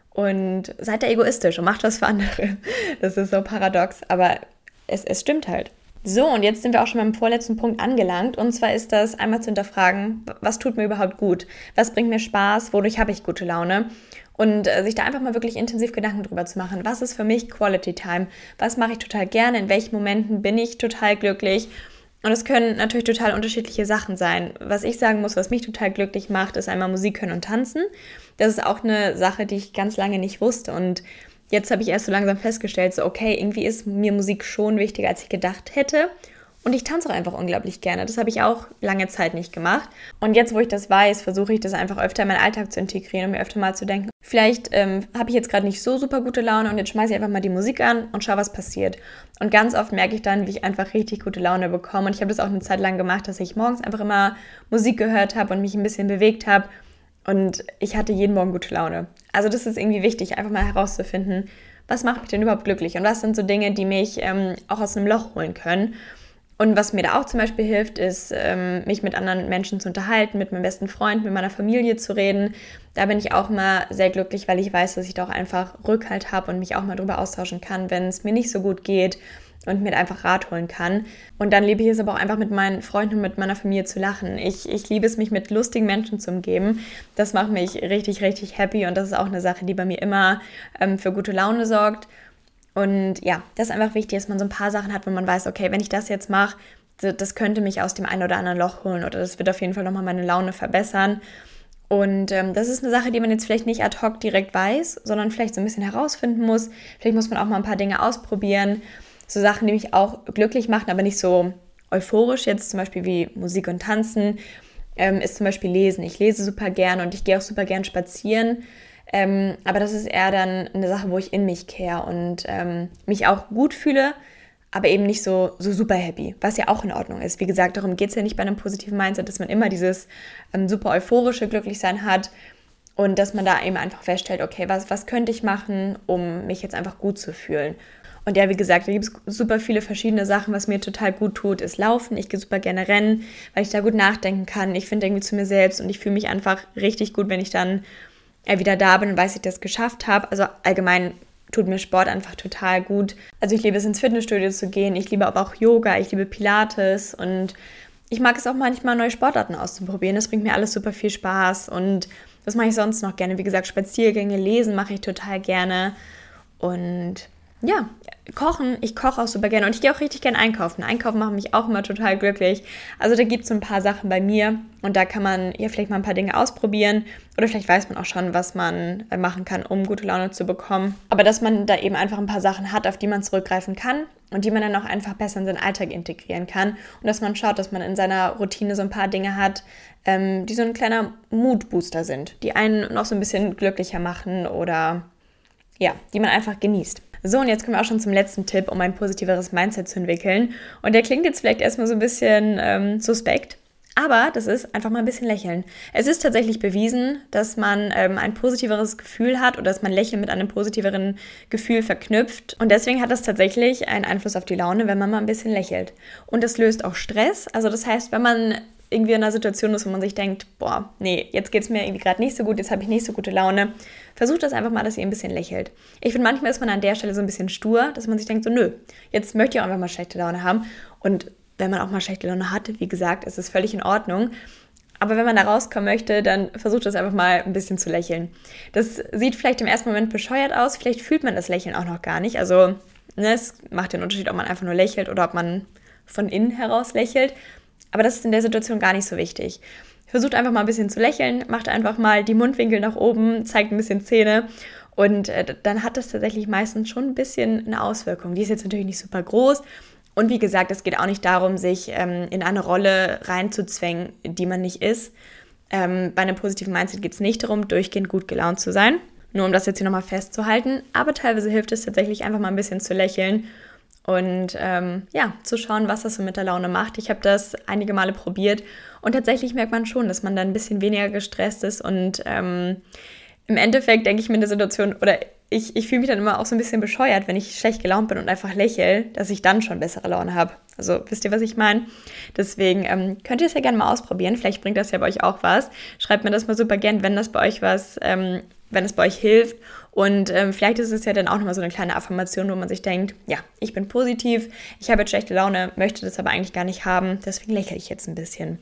Und seid da egoistisch und macht was für andere. Das ist so paradox, aber es stimmt halt. So, und jetzt sind wir auch schon beim vorletzten Punkt angelangt. Und zwar ist das einmal zu hinterfragen, was tut mir überhaupt gut? Was bringt mir Spaß? Wodurch habe ich gute Laune? Und sich da einfach mal wirklich intensiv Gedanken drüber zu machen. Was ist für mich Quality Time? Was mache ich total gerne? In welchen Momenten bin ich total glücklich? Und es können natürlich total unterschiedliche Sachen sein. Was ich sagen muss, was mich total glücklich macht, ist einmal Musik hören und tanzen. Das ist auch eine Sache, die ich ganz lange nicht wusste. Und jetzt habe ich erst so langsam festgestellt, so okay, irgendwie ist mir Musik schon wichtiger, als ich gedacht hätte. Und ich tanze auch einfach unglaublich gerne. Das habe ich auch lange Zeit nicht gemacht. Und jetzt, wo ich das weiß, versuche ich das einfach öfter in meinen Alltag zu integrieren und mir öfter mal zu denken, vielleicht habe ich jetzt gerade nicht so super gute Laune und jetzt schmeiße ich einfach mal die Musik an und schaue, was passiert. Und ganz oft merke ich dann, wie ich einfach richtig gute Laune bekomme. Und ich habe das auch eine Zeit lang gemacht, dass ich morgens einfach immer Musik gehört habe und mich ein bisschen bewegt habe. Und ich hatte jeden Morgen gute Laune. Also das ist irgendwie wichtig, einfach mal herauszufinden, was macht mich denn überhaupt glücklich? Und was sind so Dinge, die mich auch aus einem Loch holen können? Und was mir da auch zum Beispiel hilft, ist, mich mit anderen Menschen zu unterhalten, mit meinem besten Freund, mit meiner Familie zu reden. Da bin ich auch mal sehr glücklich, weil ich weiß, dass ich da auch einfach Rückhalt habe und mich auch mal drüber austauschen kann, wenn es mir nicht so gut geht und mir einfach Rat holen kann. Und dann liebe ich es aber auch einfach mit meinen Freunden und mit meiner Familie zu lachen. Ich liebe es, mich mit lustigen Menschen zu umgeben. Das macht mich richtig, richtig happy und das ist auch eine Sache, die bei mir immer für gute Laune sorgt. Und ja, das ist einfach wichtig, dass man so ein paar Sachen hat, wo man weiß, okay, wenn ich das jetzt mache, das könnte mich aus dem einen oder anderen Loch holen oder das wird auf jeden Fall nochmal meine Laune verbessern. Und das ist eine Sache, die man jetzt vielleicht nicht ad hoc direkt weiß, sondern vielleicht so ein bisschen herausfinden muss. Vielleicht muss man auch mal ein paar Dinge ausprobieren. So Sachen, die mich auch glücklich machen, aber nicht so euphorisch jetzt, zum Beispiel wie Musik und Tanzen, ist zum Beispiel Lesen. Ich lese super gern und ich gehe auch super gern spazieren. Aber das ist eher dann eine Sache, wo ich in mich kehre und mich auch gut fühle, aber eben nicht so super happy, was ja auch in Ordnung ist. Wie gesagt, darum geht es ja nicht bei einem positiven Mindset, dass man immer dieses super euphorische Glücklichsein hat und dass man da eben einfach feststellt, okay, was könnte ich machen, um mich jetzt einfach gut zu fühlen. Und ja, wie gesagt, da gibt es super viele verschiedene Sachen. Was mir total gut tut, ist Laufen. Ich gehe super gerne rennen, weil ich da gut nachdenken kann. Ich finde irgendwie zu mir selbst und ich fühle mich einfach richtig gut, wenn ich dann wieder da bin und weiß, dass ich das geschafft habe. Also allgemein tut mir Sport einfach total gut. Also ich liebe es, ins Fitnessstudio zu gehen. Ich liebe aber auch Yoga, ich liebe Pilates und ich mag es auch manchmal, neue Sportarten auszuprobieren. Das bringt mir alles super viel Spaß und das mache ich sonst noch gerne. Wie gesagt, Spaziergänge, Lesen mache ich total gerne und ja, kochen, ich koche auch super gerne und ich gehe auch richtig gerne einkaufen. Einkaufen macht mich auch immer total glücklich. Also da gibt es so ein paar Sachen bei mir und da kann man ja vielleicht mal ein paar Dinge ausprobieren oder vielleicht weiß man auch schon, was man machen kann, um gute Laune zu bekommen. Aber dass man da eben einfach ein paar Sachen hat, auf die man zurückgreifen kann und die man dann auch einfach besser in seinen Alltag integrieren kann und dass man schaut, dass man in seiner Routine so ein paar Dinge hat, die so ein kleiner Mood-Booster sind, die einen noch so ein bisschen glücklicher machen oder ja, die man einfach genießt. So, und jetzt kommen wir auch schon zum letzten Tipp, um ein positiveres Mindset zu entwickeln. Und der klingt jetzt vielleicht erstmal so ein bisschen suspekt, aber das ist einfach mal ein bisschen lächeln. Es ist tatsächlich bewiesen, dass man ein positiveres Gefühl hat oder dass man Lächeln mit einem positiveren Gefühl verknüpft. Und deswegen hat das tatsächlich einen Einfluss auf die Laune, wenn man mal ein bisschen lächelt. Und das löst auch Stress. Also das heißt, wenn man irgendwie in einer Situation ist, wo man sich denkt, boah, nee, jetzt geht es mir irgendwie gerade nicht so gut, jetzt habe ich nicht so gute Laune, versucht das einfach mal, dass ihr ein bisschen lächelt. Ich finde, manchmal ist man an der Stelle so ein bisschen stur, dass man sich denkt, so nö, jetzt möchte ich auch einfach mal schlechte Laune haben. Und wenn man auch mal schlechte Laune hat, wie gesagt, ist es völlig in Ordnung. Aber wenn man da rauskommen möchte, dann versucht das einfach mal ein bisschen zu lächeln. Das sieht vielleicht im ersten Moment bescheuert aus, vielleicht fühlt man das Lächeln auch noch gar nicht. Also es macht den Unterschied, ob man einfach nur lächelt oder ob man von innen heraus lächelt. Aber das ist in der Situation gar nicht so wichtig. Versucht einfach mal ein bisschen zu lächeln, macht einfach mal die Mundwinkel nach oben, zeigt ein bisschen Zähne und dann hat das tatsächlich meistens schon ein bisschen eine Auswirkung. Die ist jetzt natürlich nicht super groß und wie gesagt, es geht auch nicht darum, sich in eine Rolle reinzuzwängen, die man nicht ist. Bei einem positiven Mindset geht es nicht darum, durchgehend gut gelaunt zu sein, nur um das jetzt hier nochmal festzuhalten, aber teilweise hilft es tatsächlich einfach mal ein bisschen zu lächeln und zu schauen, was das so mit der Laune macht. Ich habe das einige Male probiert und tatsächlich merkt man schon, dass man dann ein bisschen weniger gestresst ist und im Endeffekt denke ich mir in der Situation, oder ich fühle mich dann immer auch so ein bisschen bescheuert, wenn ich schlecht gelaunt bin und einfach lächle, dass ich dann schon bessere Laune habe. Also wisst ihr, was ich meine? Deswegen könnt ihr es ja gerne mal ausprobieren. Vielleicht bringt das ja bei euch auch was. Schreibt mir das mal super gern, wenn das bei euch wenn es bei euch hilft. Und vielleicht ist es ja dann auch nochmal so eine kleine Affirmation, wo man sich denkt, ja, ich bin positiv, ich habe jetzt schlechte Laune, möchte das aber eigentlich gar nicht haben, deswegen lächle ich jetzt ein bisschen.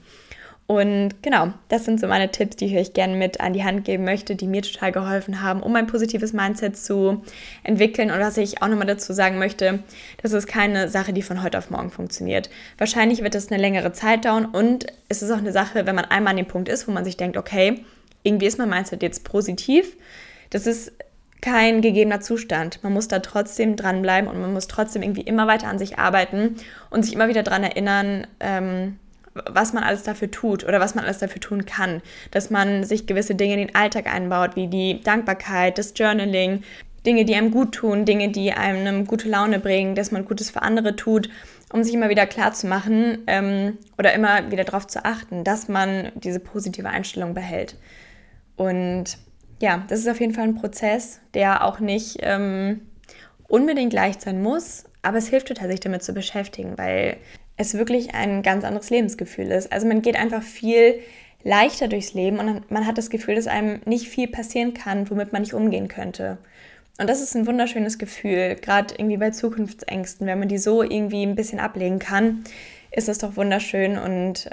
Und genau, das sind so meine Tipps, die ich euch gerne mit an die Hand geben möchte, die mir total geholfen haben, um ein positives Mindset zu entwickeln. Und was ich auch nochmal dazu sagen möchte, das ist keine Sache, die von heute auf morgen funktioniert. Wahrscheinlich wird es eine längere Zeit dauern und es ist auch eine Sache, wenn man einmal an dem Punkt ist, wo man sich denkt, okay, irgendwie ist mein Mindset jetzt positiv. Das ist kein gegebener Zustand. Man muss da trotzdem dranbleiben und man muss trotzdem irgendwie immer weiter an sich arbeiten und sich immer wieder daran erinnern, was man alles dafür tut oder was man alles dafür tun kann. Dass man sich gewisse Dinge in den Alltag einbaut, wie die Dankbarkeit, das Journaling, Dinge, die einem gut tun, Dinge, die einem gute Laune bringen, dass man Gutes für andere tut, um sich immer wieder klarzumachen oder immer wieder darauf zu achten, dass man diese positive Einstellung behält. Und ja, das ist auf jeden Fall ein Prozess, der auch nicht unbedingt leicht sein muss, aber es hilft total, sich damit zu beschäftigen, weil es wirklich ein ganz anderes Lebensgefühl ist. Also man geht einfach viel leichter durchs Leben und man hat das Gefühl, dass einem nicht viel passieren kann, womit man nicht umgehen könnte. Und das ist ein wunderschönes Gefühl, gerade irgendwie bei Zukunftsängsten, wenn man die so irgendwie ein bisschen ablegen kann, ist das doch wunderschön und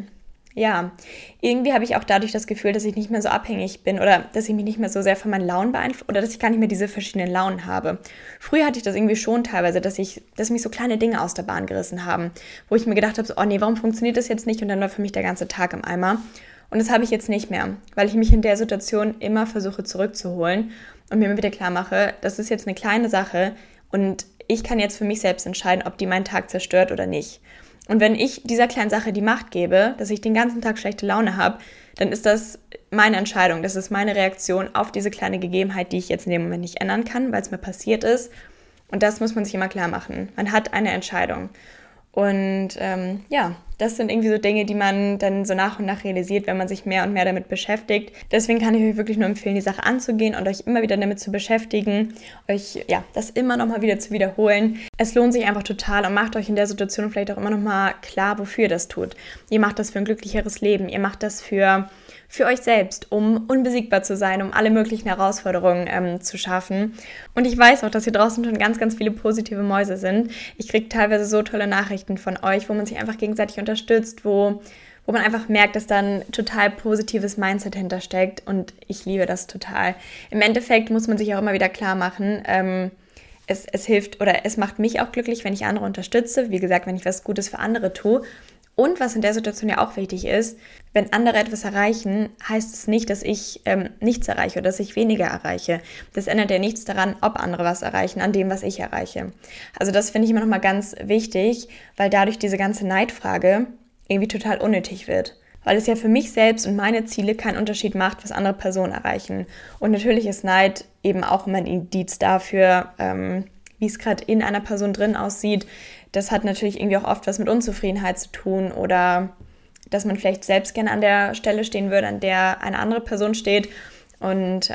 irgendwie habe ich auch dadurch das Gefühl, dass ich nicht mehr so abhängig bin oder dass ich mich nicht mehr so sehr von meinen Launen beeinflusse oder dass ich gar nicht mehr diese verschiedenen Launen habe. Früher hatte ich das irgendwie schon teilweise, dass mich so kleine Dinge aus der Bahn gerissen haben, wo ich mir gedacht habe, so, oh nee, warum funktioniert das jetzt nicht? Und dann war für mich der ganze Tag im Eimer. Und das habe ich jetzt nicht mehr, weil ich mich in der Situation immer versuche zurückzuholen und mir immer wieder klar mache, das ist jetzt eine kleine Sache und ich kann jetzt für mich selbst entscheiden, ob die meinen Tag zerstört oder nicht. Und wenn ich dieser kleinen Sache die Macht gebe, dass ich den ganzen Tag schlechte Laune habe, dann ist das meine Entscheidung. Das ist meine Reaktion auf diese kleine Gegebenheit, die ich jetzt in dem Moment nicht ändern kann, weil es mir passiert ist. Und das muss man sich immer klar machen. Man hat eine Entscheidung. Und das sind irgendwie so Dinge, die man dann so nach und nach realisiert, wenn man sich mehr und mehr damit beschäftigt. Deswegen kann ich euch wirklich nur empfehlen, die Sache anzugehen und euch immer wieder damit zu beschäftigen, euch das immer nochmal wieder zu wiederholen. Es lohnt sich einfach total und macht euch in der Situation vielleicht auch immer nochmal klar, wofür ihr das tut. Ihr macht das für ein glücklicheres Leben, ihr macht das für euch selbst, um unbesiegbar zu sein, um alle möglichen Herausforderungen zu schaffen. Und ich weiß auch, dass hier draußen schon ganz, ganz viele positive Mäuse sind. Ich kriege teilweise so tolle Nachrichten von euch, wo man sich einfach gegenseitig unterstützt, wo man einfach merkt, dass da ein total positives Mindset hintersteckt und ich liebe das total. Im Endeffekt muss man sich auch immer wieder klar machen, es hilft oder es macht mich auch glücklich, wenn ich andere unterstütze. Wie gesagt, wenn ich was Gutes für andere tue. Und was in der Situation ja auch wichtig ist, wenn andere etwas erreichen, heißt es nicht, dass ich nichts erreiche oder dass ich weniger erreiche. Das ändert ja nichts daran, ob andere was erreichen, an dem, was ich erreiche. Also das finde ich immer nochmal ganz wichtig, weil dadurch diese ganze Neidfrage irgendwie total unnötig wird. Weil es ja für mich selbst und meine Ziele keinen Unterschied macht, was andere Personen erreichen. Und natürlich ist Neid eben auch immer ein Indiz dafür, wie es gerade in einer Person drin aussieht. Das hat natürlich irgendwie auch oft was mit Unzufriedenheit zu tun oder dass man vielleicht selbst gerne an der Stelle stehen würde, an der eine andere Person steht. Und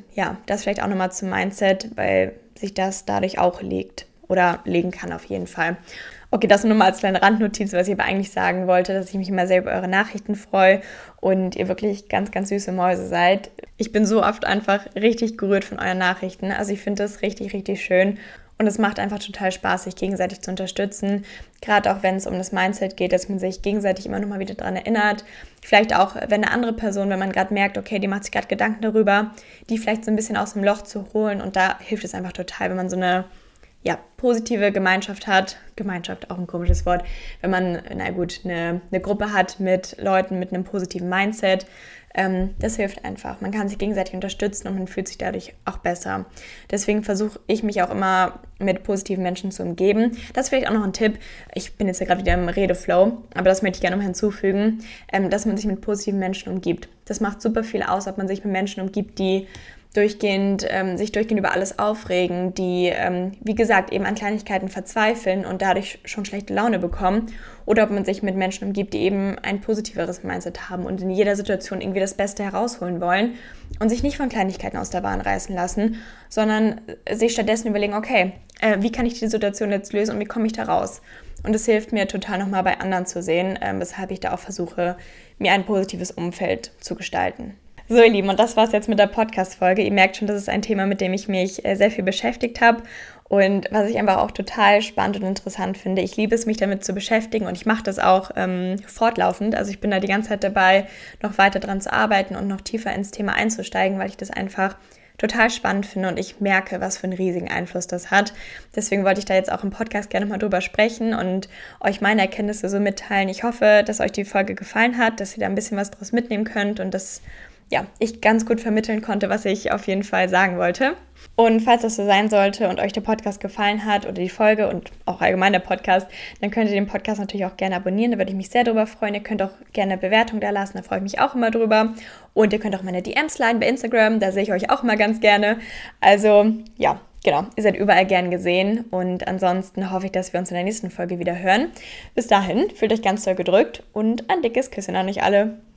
das vielleicht auch nochmal zum Mindset, weil sich das dadurch auch legt oder legen kann auf jeden Fall. Okay, das nur mal als kleine Randnotiz, was ich aber eigentlich sagen wollte, dass ich mich immer sehr über eure Nachrichten freue und ihr wirklich ganz, ganz süße Mäuse seid. Ich bin so oft einfach richtig gerührt von euren Nachrichten. Also ich finde das richtig, richtig schön. Und es macht einfach total Spaß, sich gegenseitig zu unterstützen. Gerade auch wenn es um das Mindset geht, dass man sich gegenseitig immer noch mal wieder daran erinnert. Vielleicht auch, wenn eine andere Person, wenn man gerade merkt, okay, die macht sich gerade Gedanken darüber, die vielleicht so ein bisschen aus dem Loch zu holen. Und da hilft es einfach total, wenn man so eine positive Gemeinschaft hat. Gemeinschaft, auch ein komisches Wort. Wenn man, eine Gruppe hat mit Leuten mit einem positiven Mindset. Das hilft einfach. Man kann sich gegenseitig unterstützen und man fühlt sich dadurch auch besser. Deswegen versuche ich mich auch immer mit positiven Menschen zu umgeben. Das ist vielleicht auch noch ein Tipp. Ich bin jetzt ja gerade wieder im Redeflow, aber das möchte ich gerne noch hinzufügen, dass man sich mit positiven Menschen umgibt. Das macht super viel aus, ob man sich mit Menschen umgibt, die sich durchgehend über alles aufregen, die, wie gesagt, eben an Kleinigkeiten verzweifeln und dadurch schon schlechte Laune bekommen. Oder ob man sich mit Menschen umgibt, die eben ein positiveres Mindset haben und in jeder Situation irgendwie das Beste herausholen wollen und sich nicht von Kleinigkeiten aus der Bahn reißen lassen, sondern sich stattdessen überlegen, okay, wie kann ich die Situation jetzt lösen und wie komme ich da raus? Und es hilft mir total nochmal bei anderen zu sehen, weshalb ich da auch versuche, mir ein positives Umfeld zu gestalten. So ihr Lieben, und das war's jetzt mit der Podcast-Folge. Ihr merkt schon, das ist ein Thema, mit dem ich mich sehr viel beschäftigt habe und was ich einfach auch total spannend und interessant finde. Ich liebe es, mich damit zu beschäftigen und ich mache das auch fortlaufend. Also ich bin da die ganze Zeit dabei, noch weiter dran zu arbeiten und noch tiefer ins Thema einzusteigen, weil ich das einfach total spannend finde und ich merke, was für einen riesigen Einfluss das hat. Deswegen wollte ich da jetzt auch im Podcast gerne mal drüber sprechen und euch meine Erkenntnisse so mitteilen. Ich hoffe, dass euch die Folge gefallen hat, dass ihr da ein bisschen was draus mitnehmen könnt und dass ich ganz gut vermitteln konnte, was ich auf jeden Fall sagen wollte. Und falls das so sein sollte und euch der Podcast gefallen hat oder die Folge und auch allgemein der Podcast, dann könnt ihr den Podcast natürlich auch gerne abonnieren, da würde ich mich sehr drüber freuen. Ihr könnt auch gerne eine Bewertung da lassen, da freue ich mich auch immer drüber. Und ihr könnt auch meine DMs leiten bei Instagram, da sehe ich euch auch immer ganz gerne. Also genau, ihr seid überall gern gesehen und ansonsten hoffe ich, dass wir uns in der nächsten Folge wieder hören. Bis dahin, fühlt euch ganz doll gedrückt und ein dickes Küsschen an euch alle.